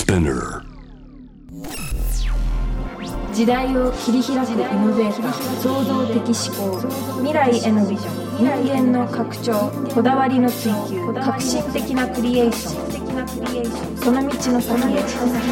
Spinner。 時代を切り開くイノベーター、創造的思考、未来へのビジョン、人間の拡張、こだわりの追求、革新的なクリエーション、その道の先へ。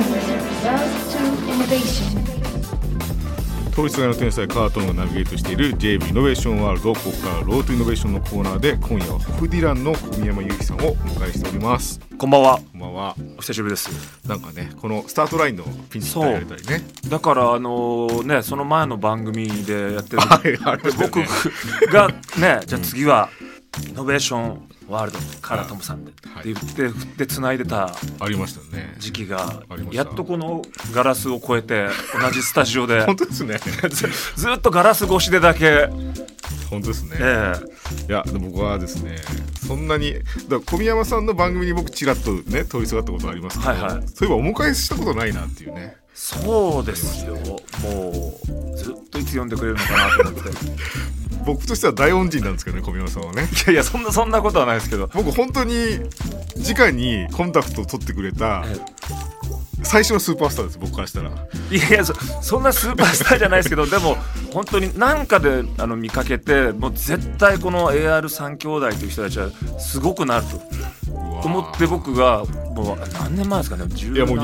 Love to Innovation。 統一外の天才カートンがナビゲートしている JV イノベーションワールド、ここからロートイノベーションのコーナーで、今夜はホフディランの小宮山祐希さんをお迎えしております。 こんばんは。 こんばんは。 お久しぶりです。 なんかね、このスタートラインのピンチってやれたりね。 だからね、その前の番組でやってる、 はい、ありましたよね。 僕がね、じゃあ次はイノベーションワールドカラトムさんで、 はいって言って繋いでたありましたね。 時期がありました。 やっとこのガラスを越えて同じスタジオで本当ですね。 ずっとガラス越しでだけ、 本当ですね。いや、でも僕はですね、そんなにだから小宮山さんの番組に僕ちらっとね通りすがったことありますけど、 はいはい、 そういえばお迎えしたことないなっていうね。 そうですよ。もうずっといつ読んでくれるのかなと思って僕としては大恩人なんですけどね、小宮山さんはね。 いやいや、そんなことはないですけど、 僕本当に直にコンタクトを取ってくれた最初のスーパースターです、僕からしたら。 いやいや、そんなスーパースターじゃないですけどでも本当に何かで見かけて、もう絶対この AR3 兄弟という人たちはすごくなると思って、僕がもう何年前ですかね、 いやもう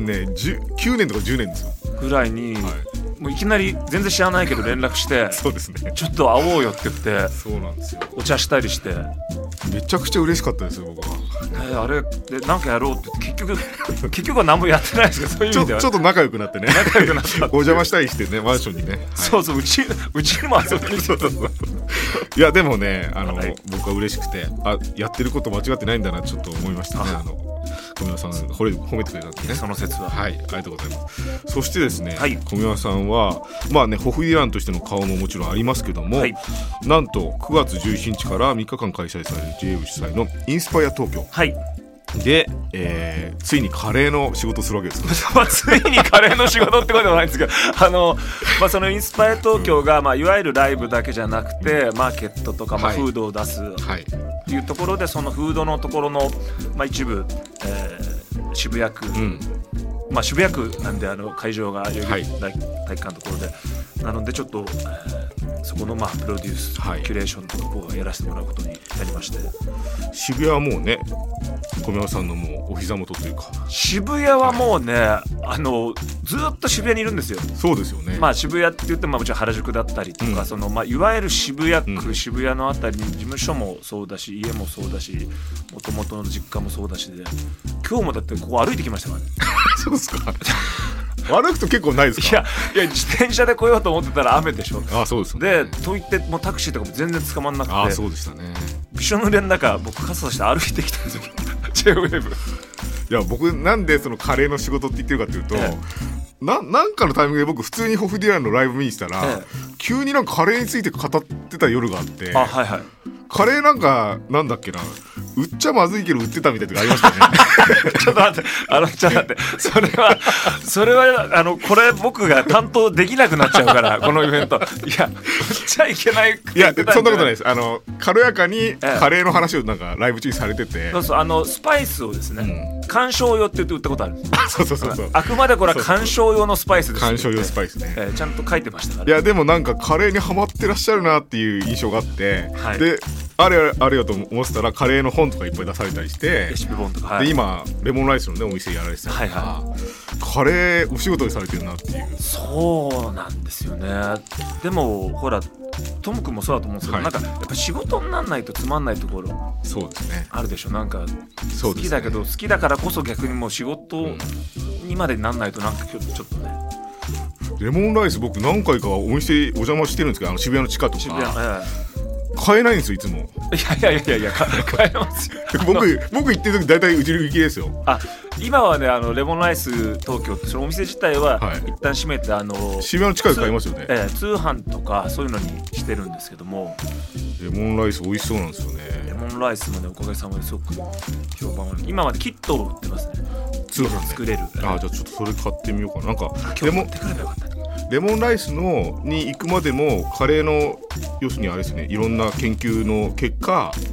2009年とか10年ですよぐらいに、はい、もういきなり全然知らないけど連絡してそうですね、 ちょっと会おうよって言って、 そうなんですよ、 お茶したりして、 めちゃくちゃ嬉しかったですよ、僕は。 あれでなんかやろうって結局は何もやってないですけど、そういう意味ではちょっと仲良くなってね、 仲良くなったお邪魔したりしてね、マンションにね、はい、 そうそう、うちにも遊びに来てた。 いやでもね、はい、僕は嬉しくて、やってること間違ってないんだなちょっと思いましたね。小宮さん褒めてくれたんでね、 その説は。 はい、ありがとうございます。そしてですね、はい、小宮さんはまあね、ホフディランとしての顔ももちろんありますけども、はい、なんと9月11日から3日間開催される JV 主催のインスパイア東京、はい、で、ついにカレーの仕事をするわけですか。 ついにカレーの仕事ってことではないんですけど、そのインスパイア東京が、いわゆるライブだけじゃなくて、マーケットとか、フードを出すっていうところで、そのフードのところの、一部、渋谷区、渋谷区なんで会場が代々木体育館のところで、なのでちょっと、そこのプロデュース、キュレーションとか僕がやらせてもらうことになりまして、 渋谷はもうね、小宮さんのもうお膝元というか、 渋谷はもうね、ずっと渋谷にいるんですよ。 そうですよね。 渋谷って言ってももちろん原宿だったりとか、いわゆる渋谷区、渋谷のあたりに事務所もそうだし、家もそうだし、もともとの実家もそうだしで、今日もだってここ歩いてきましたからね。 そうですか。歩くと結構ないですか。 いや自転車で来ようと思ってたら雨でしょ。 そうですね。 でといってもうタクシーとかも全然捕まんなくて、 そうでしたね。 びしょ濡れの中、僕傘して歩いてきたんですよ。J-WAVE。 いや僕なんでそのカレーの仕事って言ってるかというと、なんかのタイミングで僕普通にホフディランのライブ見にしたら、急になんかカレーについて語ってた夜があって、はいはい、カレーなんだっけな、売っちゃまずいけど売ってたみたいなのがありましたね。 ちょっと待って、それはこれ僕が担当できなくなっちゃうからこのイベント。いや、売っちゃいけない。 いや、そんなことないです。軽やかにカレーの話をなんかライブ中にされてて、 そうスパイスをですね、鑑賞用って言って売ったことある。 そうあくまでこれは鑑賞用のスパイスです。 鑑賞用スパイスね、 ちゃんと書いてましたから。 いやでもなんかカレーにハマってらっしゃるなっていう印象があって、はい、であれよと思ってたらカレーの本とかいっぱい出されたりして、 レシピ本とか、 で今レモンライスのねお店やられてたりとか、カレーお仕事にされてるなっていう。 そうなんですよね。でもほらトム君もそうだと思うんですけど、なんかやっぱ仕事にならないとつまんないところ、 そうですね、あるでしょ。なんか好きだけど、好きだからこそ逆にもう仕事にまでなんないとなんかちょっとね。 レモンライス僕何回かお店お邪魔してるんですけど、渋谷の地下とか買えないんですよいつも。いや買えますよ。 僕行ってる時大体うち売り切れですよ。 今はね、レモンライス東京ってそのお店自体は一旦閉めて、 渋谷の地下で買いますよね。 通販とかそういうのにしてるんですけども、 レモンライス美味しそうなんですよね。 レモンライスもね、おかげさまですごく評判は、今までキットを売ってますね。 通販で作れる。 じゃあちょっとそれ買ってみようかな。なんか今日持ってくればよかった。 レモンライスに行くまでもカレーの要するにあれですね、いろんな研究の結果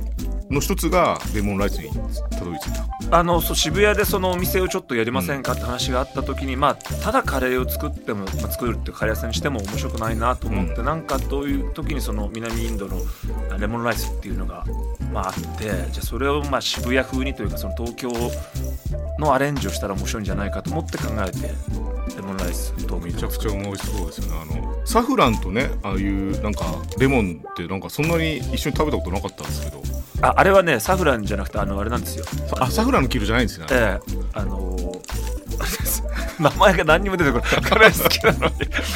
の一つがレモンライスにたどり着いた。 そう渋谷でそのお店をちょっとやりませんかって話があった時に、ただカレーを作っても、作るっていうカレー屋さんにしても面白くないなと思って、なんかどういう時にその南インドのレモンライスっていうのが、あってじゃあそれを渋谷風にというかその東京のアレンジをしたら面白いんじゃないかと思って考えてレモンライスとめちゃくちゃ美味しそうですよね。サフランとねああいうなんかレモンってなんかそんなに一緒に食べたことなかったんですけど、 あれはねサフランじゃなくてあれなんですよ。 サフランの黄色じゃないんですね。 名前が何にも出てこない。カレー好きなの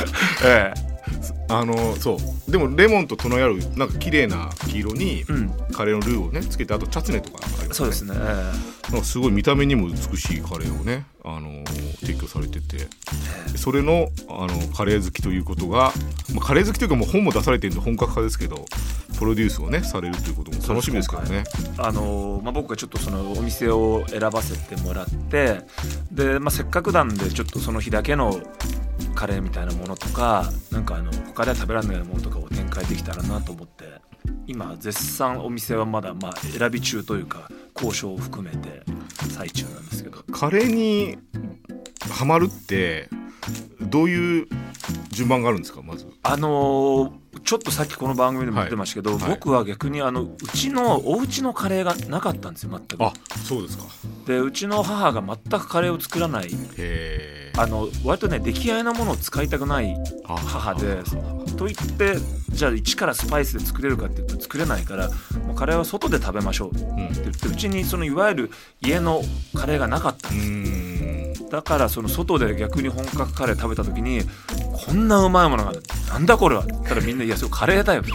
にそうでもレモンと隣り合うなんか綺麗な黄色にカレーのルーをねつけて、あとチャツネとかありますね。 そうですね。 なんかすごい見た目にも美しいカレーをね提供されてて、それのカレー好きということが、カレー好きというかもう本も出されてるんで本格化ですけど、プロデュースをねされるということも楽しみですからね。 僕がちょっとそのお店を選ばせてもらってで、せっかくなんでちょっとその日だけのカレーみたいなものとかなんか他では食べられないものとかを展開できたらなと思って、今絶賛お店はまだ選び中というか交渉を含めて最中なんですけど、 カレーにハマるってどういう順番があるんですか。まずちょっとさっきこの番組でも言ってましたけど、僕は逆にうちのお家のカレーがなかったんですよ全く。 そうですか。 でうちの母が全くカレーを作らない、割とね出来合いなものを使いたくない母で、といってじゃあ一からスパイスで作れるかって言うと作れないから、もうカレーは外で食べましょうって言って、うちにそのいわゆる家のカレーがなかったんですよ。だからその外で逆に本格カレー食べた時にこんなうまいものがなんだこれはって言ったらみんな、いやそれカレーだよ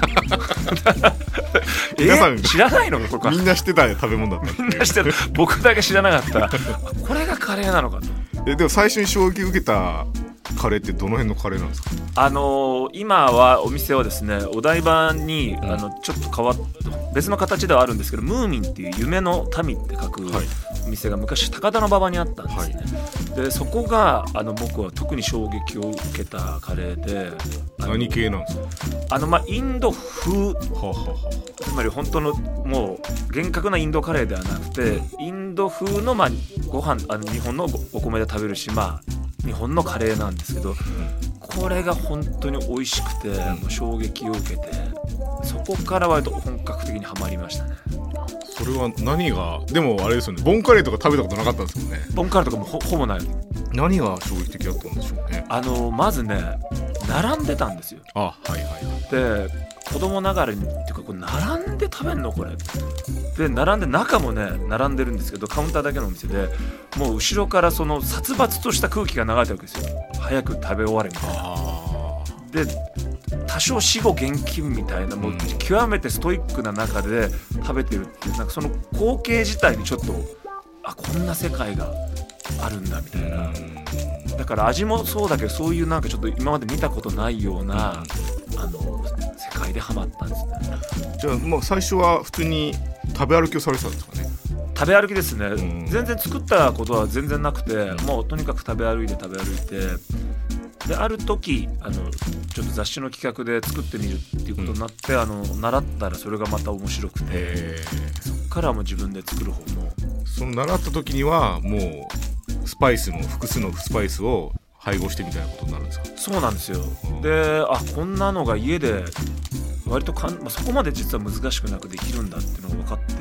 皆さん知らないのこれみんな知ってた食べ物だった。 みんな知ってる。僕だけ知らなかったこれがカレーなのかと。 でも最初に衝撃を受けたカレーってどの辺のカレーなんですか。 今はお店はですねお台場に、ちょっと変わった別の形ではあるんですけど、ムーミンっていう夢の民って書くお店が昔高田馬場にあったんですね。でそこが僕は特に衝撃を受けたカレーで、 何系なんですか。 インド風、つまり本当のもう厳格なインドカレーではなくて、インド風のご飯日本のお米で食べるし、日本のカレーなんですけど、これが本当に美味しくて、もう衝撃を受けて、そこから割と本格的にはまりましたね。 それは何がでもあれですよね、ボンカレーとか食べたことなかったんですもんね。 ボンカレーとかも ほぼない。 何が衝撃的だったんでしょうね。 まずね並んでたんですよ。で子供ながらにっていうか、これ並んで食べんのこれで、並んで中もね並んでるんですけど、カウンターだけのお店でもう後ろからその殺伐とした空気が流れてるわけですよ。早く食べ終われみたいな。で多少死後現金みたいな、もう極めてストイックな中で食べてるっていう、なんかその光景自体にちょっとこんな世界があるんだみたいな。だから味もそうだけど、そういうなんかちょっと今まで見たことないような世界でハマったんですね。 じゃあもう最初は普通に食べ歩きをされてたんですかね。 食べ歩きですね。全然作ったことは全然なくて、もうとにかく食べ歩いてで、ある時ちょっと雑誌の企画で作ってみるっていうことになって、習ったらそれがまた面白くて、そこからはもう自分で作る方も。 その習った時にはもうスパイスの複数のスパイスを配合してみたいなことになるんですか。 そうなんですよ。でこんなのが家で割とそこまで実は難しくなくできるんだっていうのが分かって、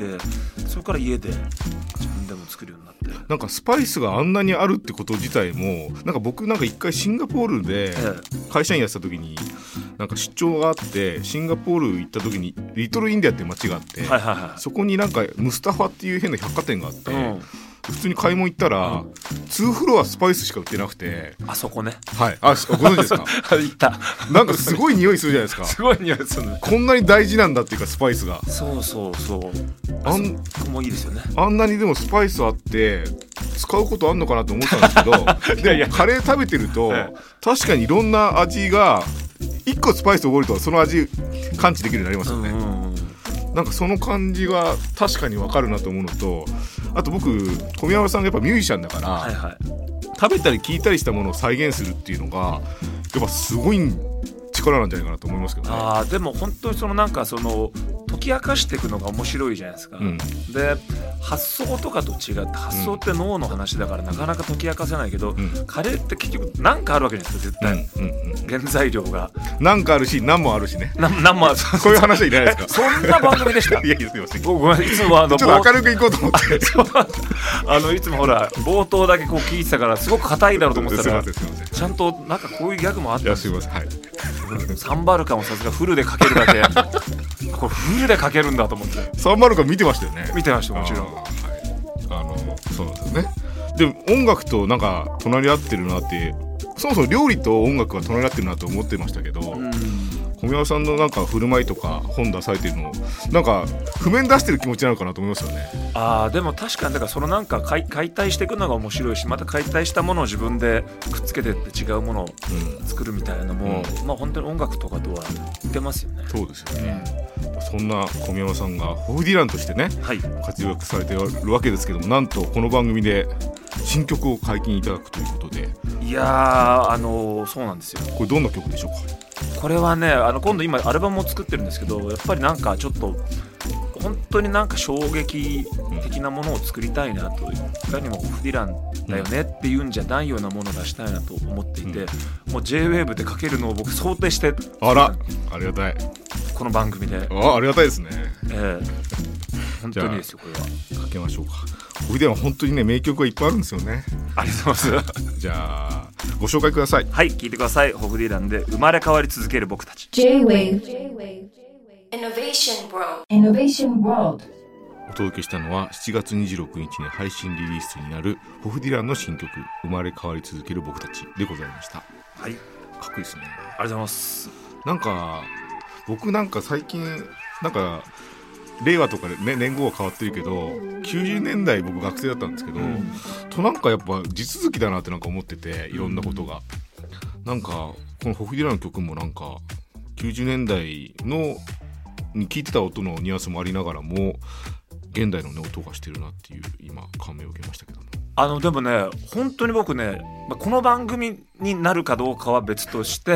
それから家で自分でも作るようになって。 なんかスパイスがあんなにあるってこと自体も、なんか僕なんか一回シンガポールで会社員やってた時になんか出張があって、シンガポール行った時にリトルインディアっていう街があって、そこになんかムスタファっていう変な百貨店があって、普通に買い物行ったら、2フロアスパイスしか売ってなくて。 あそこね。 はい。ご存知ですか。 行った。 なんかすごい匂いするじゃないですか。 すごい匂いするね。 こんなに大事なんだっていうか、スパイスが。 そうそうそう。あそこもいいですよね。 あんなにでもスパイスあって使うことあんのかなと思ったんですけどでもカレー食べてると、確かにいろんな味が1個スパイスを覚えるとその味感知できるようになりますよね。なんかその感じが確かに分かるなと思うのと、あと僕小宮山さんがやっぱミュージシャンだから、食べたり聞いたりしたものを再現するっていうのがやっぱすごいん違力なんじゃないかなと思いますけどね。 でも本当になんか解き明かしていくのが面白いじゃないですか、で発想とかと違って発想って脳の話だからなかなか解き明かせないけど、カレーって結局何かあるわけじゃないですか絶対、原材料が何かあるし何もあるしね。 何もあるこういう話はいらないですか。 そんな番組でしたいやすいません、 ごめんいつもちょっと明るくいこうと思っていつもほら冒頭だけこう聞いてたからすごく硬いだろうと思ってたらすいませんちゃんとなんかこういうギャグもあったんですよ。 いやすいません、 サンバルカもさすがフルでかけるだけこれフルでかけるんだと思ってサンバルカ見てましたよね。 見てましたもちろん。 そうなんですよね。でも音楽となんか隣り合ってるなって、そもそも料理と音楽が隣り合ってるなと思ってましたけど、小宮山さんのなんか振る舞いとか本出されてるのなんか譜面出してる気持ちなのかなと思いますよね。 でも確かにだからなんか解体していくのが面白いし、また解体したものを自分でくっつけてって違うものを作るみたいなのも、本当に音楽とかとは似てますよね。 そうですよね、そんな小宮山さんがホフディランとしてね、活躍されているわけですけども、なんとこの番組で新曲を解禁いただくということで。 いやそうなんですよ。 これどんな曲でしょうか。 これはね今度今アルバムを作ってるんですけど、やっぱりなんかちょっと本当になんか衝撃的なものを作りたいなと、いかにもホフディランだよねっていうんじゃないようなものを出したいなと思っていて、もう J-WAVE でかけるのを僕想定して、 ありがたい、 この番組でありがたいですね。 本当にですよ。これはかけましょうか。ホフディランは本当にね名曲がいっぱいあるんですよね。 ありがとうございます。 じゃあご紹介ください。 はい、聞いてください。ホフディランで生まれ変わり続ける僕たち。 J-WAVE Innovation World。 お届けしたのは7月26日に配信リリースになるホフディランの新曲生まれ変わり続ける僕たちでございました。 はい、 かっこいいですね。 ありがとうございます。 なんか僕なんか最近なんか令和とかで、ね、年号は変わってるけど90年代僕学生だったんですけど、となんかやっぱ地続きだなってなんか思ってて、いろんなことが、なんかこのホフディランの曲もなんか90年代のに聴いてた音のニュアンスもありながらも現代の、ね、音がしてるなっていう今感銘を受けましたけども、 でもね本当に僕ね、この番組になるかどうかは別として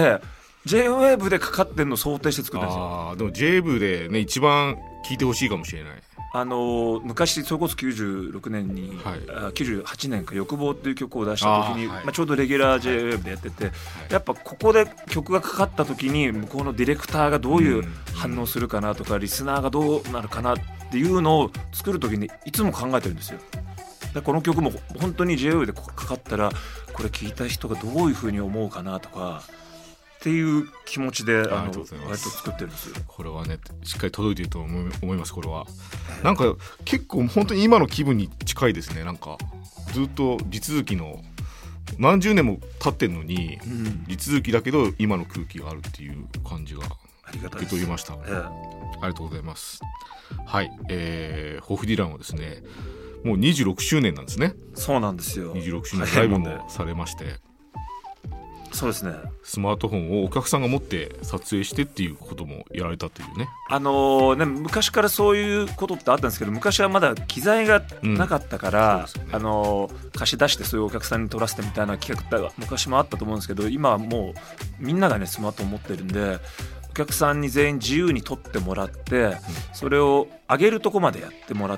J-WAVE でかかってるのを想定して作ったんですよ。 でも J-WAVE でね一番聴いてほしいかもしれない。 昔それこそ96年に、98年か欲望っていう曲を出した時に、ちょうどレギュラー J-WAVE でやってて、やっぱここで曲がかかった時に向こうのディレクターがどういう反応するかなとか、リスナーがどうなるかなっていうのを作る時にいつも考えてるんですよ。でこの曲も本当に J-WAVE でかかったらこれ聞いた人がどういう風に思うかなとかっていう気持ちで割と作ってるんですよ。 これはねしっかり届いていると思います。これはなんか結構本当に今の気分に近いですね。なんかずっと地続きの何十年も経ってるのに、地続きだけど今の空気があるっていう感じが受け取りました。ありがとうございます。はい、ホフディランはですねもう26周年なんですね。 そうなんですよ。 26周年ライブもされまして、 そうですね。 スマートフォンをお客さんが持って撮影してっていうこともやられたというね。 昔からそういうことってあったんですけど、昔はまだ機材がなかったから、貸し出してそういうお客さんに撮らせてみたいな企画が昔もあったと思うんですけど、今はもうみんながねスマートフォン持ってるんで、お客さんに全員自由に撮ってもらって、それを上げるとこまでやってもらって、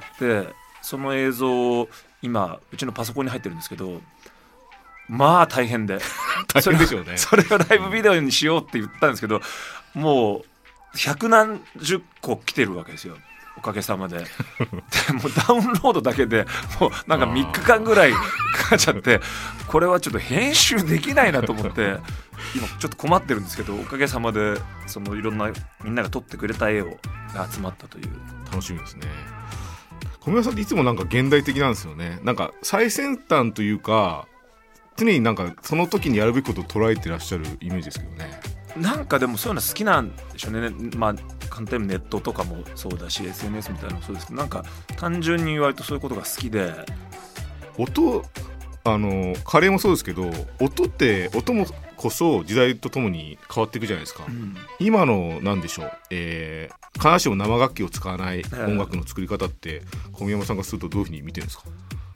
その映像を今うちのパソコンに入ってるんですけど、まあ大変で大変でしょうね。 それをライブビデオにしようって言ったんですけど、もう百何十個来てるわけですよ、おかげさまで。でもうダウンロードだけでもうなんか3日間ぐらいかかっちゃって、これはちょっと編集できないなと思って今ちょっと困ってるんですけど、おかげさまでそのいろんなみんなが撮ってくれた絵が集まったという。 楽しみですね。小宮さんっていつもなんか現代的なんですよね。なんか最先端というか常になんかその時にやるべきことを捉えてらっしゃるイメージですけどね。 なんかでもそういうの好きなんでしょうね。簡単にネットとかもそうだし SNS みたいなのもそうですけど、なんか単純に割とそういうことが好きで、 音カレーもそうですけど、音もこそ時代とともに変わっていくじゃないですか、今のなんでしょう、必ずしも生楽器を使わない音楽の作り方って小宮山さんがするとどういうふうに見てるんですか。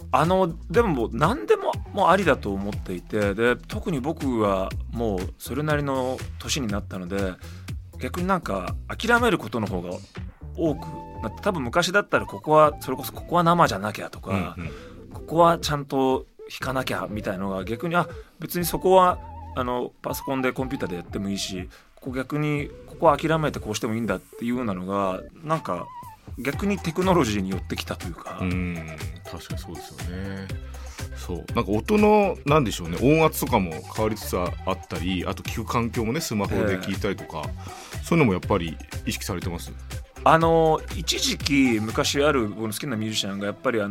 でも何でももうありだと思っていて、で特に僕はもうそれなりの年になったので、逆になんか諦めることの方が多くなって、多分昔だったらそれこそここは生じゃなきゃとか、ここはちゃんと弾かなきゃみたいなのが、逆に別にそこはパソコンでコンピューターでやってもいいし、逆にここは諦めてこうしてもいいんだっていうようなのが、なんか逆にテクノロジーに寄ってきたというか。 確かにそうですよね。そうなんか音のなんでしょうね、音圧とかも変わりつつあったり、あと聞く環境もね、スマホで聞いたりとか、そういうのもやっぱり意識されてます？ 一時期昔ある僕の好きなミュージシャンがやっぱり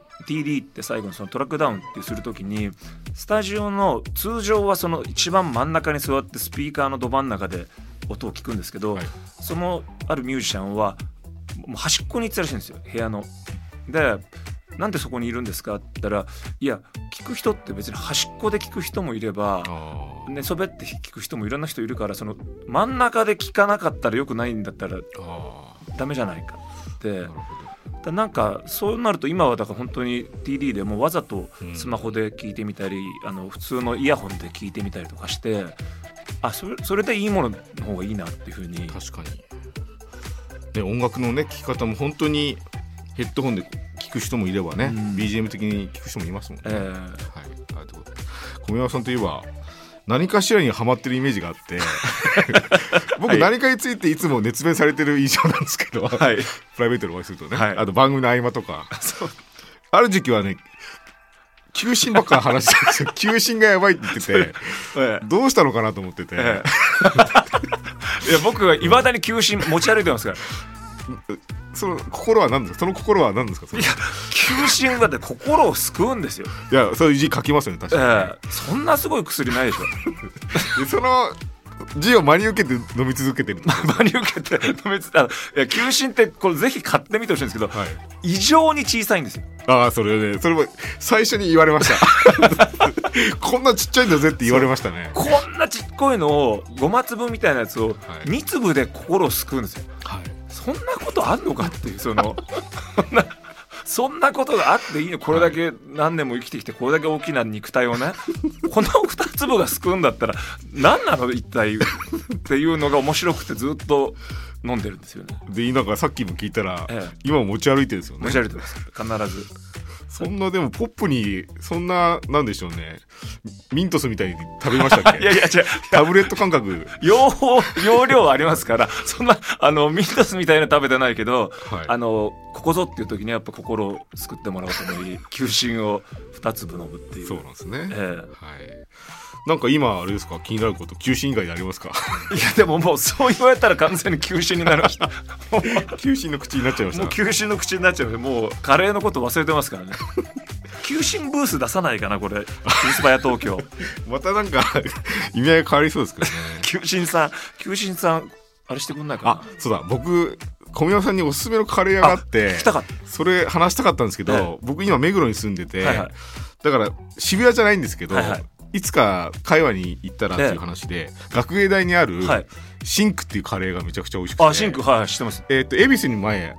TD って最後のそのトラックダウンってするときに、スタジオの通常はその一番真ん中に座ってスピーカーのど真ん中で音を聞くんですけど、そのあるミュージシャンはもう端っこに行ってたらしいんですよ、部屋の。でなんでそこにいるんですかって言ったら、いや聞く人って別に端っこで聞く人もいれば寝そべって聞く人もいろんな人いるから、その真ん中で聞かなかったらよくないんだったらダメじゃないかって。なんかそうなると今はだから本当に TD でもわざとスマホで聞いてみたり、普通のイヤホンで聞いてみたりとかして、それでいいものの方がいいなっていうふうに。確かに、音楽のね聴き方も本当にヘッドホンで聞く人もいればね、BGM 的に聞く人もいますもんね。小宮山さんといえば何かしらにハマってるイメージがあって僕何かについていつも熱弁されてる印象なんですけど、プライベートでお会いするとね、あと番組の合間とかある時期はね球審ばっか話してるんですよ球審がやばいって言っててどうしたのかなと思ってて、いや僕はいまだに球審持ち歩いてますからその心は何ですか？その心は何ですか？ いや球審は心を救うんですよ。 いやそういう字書きますよね、確かに、 そんなすごい薬ないでしょでその字を真に受けて飲み続けてる真に受けて飲み続けて、いや球審ってこれぜひ買ってみてほしいんですけど、異常に小さいんですよ。 それも最初に言われましたこんなちっちゃいんだぜって言われましたね。 こんなちっこいのを5マ粒みたいなやつを2粒で心を救うんですよ。そんなことあんのかっていう、そんなことがあっていいの？これだけ何年も生きてきてこれだけ大きな肉体をねこの2粒が救うんだったら何なの一体っていうのが面白くてずっと飲んでるんですよね。 でなんかさっきも聞いたら、今も持ち歩いてるんですよね。 持ち歩いてます必ず。 そんなでもポップにそんななんでしょうね、ミントスみたいに食べましたっけ？いや違う、タブレット感覚容量ありますから、そんなミントスみたいな食べてないけど、ここぞっていう時にやっぱ心を救ってもらうために球審を2粒飲むっていう。 そうなんですね。なんか今あれですか、気になること球審以外でありますか？ いやでももうそう言われたら完全に球審になりました球審の口になっちゃいました。 もう球審の口になっちゃうので、もうカレーのこと忘れてますからね球審ブース出さないかなこれ、インスパイア東京またなんか意味合いが変わりそうですけどね球審さんあれしてくんないかな。 そうだ、僕小宮さんにおすすめのカレー屋があってそれ話したかったんですけど、僕今目黒に住んでて、だから渋谷じゃないんですけど、いつか会話に行ったらっていう話で、学芸大にあるシンクっていうカレーがめちゃくちゃ美味しくて。 シンク、知ってます。 恵比寿に前あった、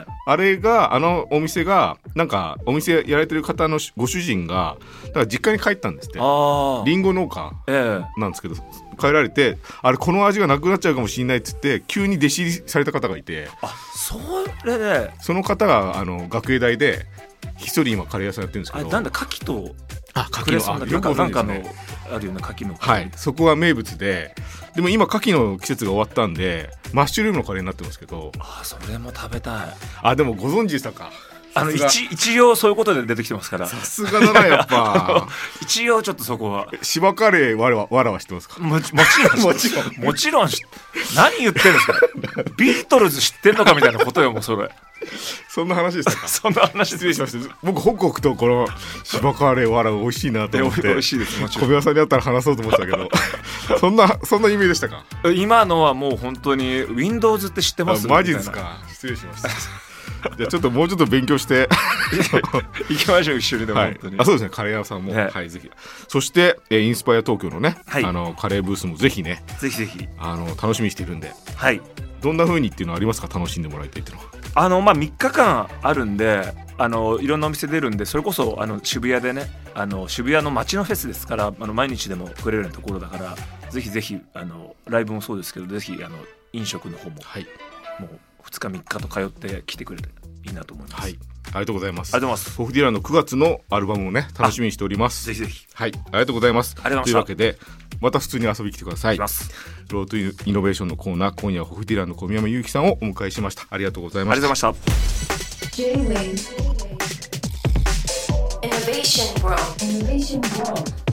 あれがお店がなんかお店やられてる方のご主人がだから実家に帰ったんですって。リンゴ農家なんですけど、帰られてあれこの味がなくなっちゃうかもしれないっつって急に弟子入りされた方がいて、その方が学芸大で一人今カレー屋さんやってるんですけど、 なんだ牡蠣と牡蠣のよくなんかのあるような牡蠣の、 そこが名物で、でも今牡蠣の季節が終わったんでマッシュルームのカレーになってますけど、 それも食べたい。 でもご存知でしたか？ 一応そういうことで出てきてますから。 さすがだなやっぱ一応ちょっとそこは芝カレーわらは知ってますか？ もちろん何言ってるんですかビートルズ知ってんのかみたいなことよ、もうそれそんな話でしたか？ そんな話失礼しました。僕ホクホクとこの芝カレーわら美味しいなと思って美味しいです。 小宮さんに会ったら話そうと思ってたけどそんなイメージでしたか？ 今のはもう本当に Windows って知ってます？ マジですか？失礼しましたじゃあちょっともうちょっと勉強して行きましょう一緒に。でも本当に、 そうですね、カレー屋さんも、ぜひ。そしてインスパイア東京のね、カレーブースもぜひね、 ぜひ楽しみにしているんで、どんな風にっていうのはありますか？楽しんでもらいたいっていうのは。 3日間あるんで、 いろんなお店出るんで、それこそ渋谷でね、渋谷の街のフェスですから、毎日でも来れるようなところだから、ぜひぜひライブもそうですけど、ぜひ飲食の方も、もう2日3日と通って来てくれていいなと思います。 はい、ありがとうございます。 ありがとうございます。 ホフディランの9月のアルバムをね、楽しみにしております。 ぜひぜひ。 はい、ありがとうございます。 ありがとうございました。 というわけで、また普通に遊びに来てください。 ロートイノベーションのコーナー、今夜はホフディランの小宮山祐希さんをお迎えしました。ありがとうございました。 ありがとうございました。 J-Wave Innovation World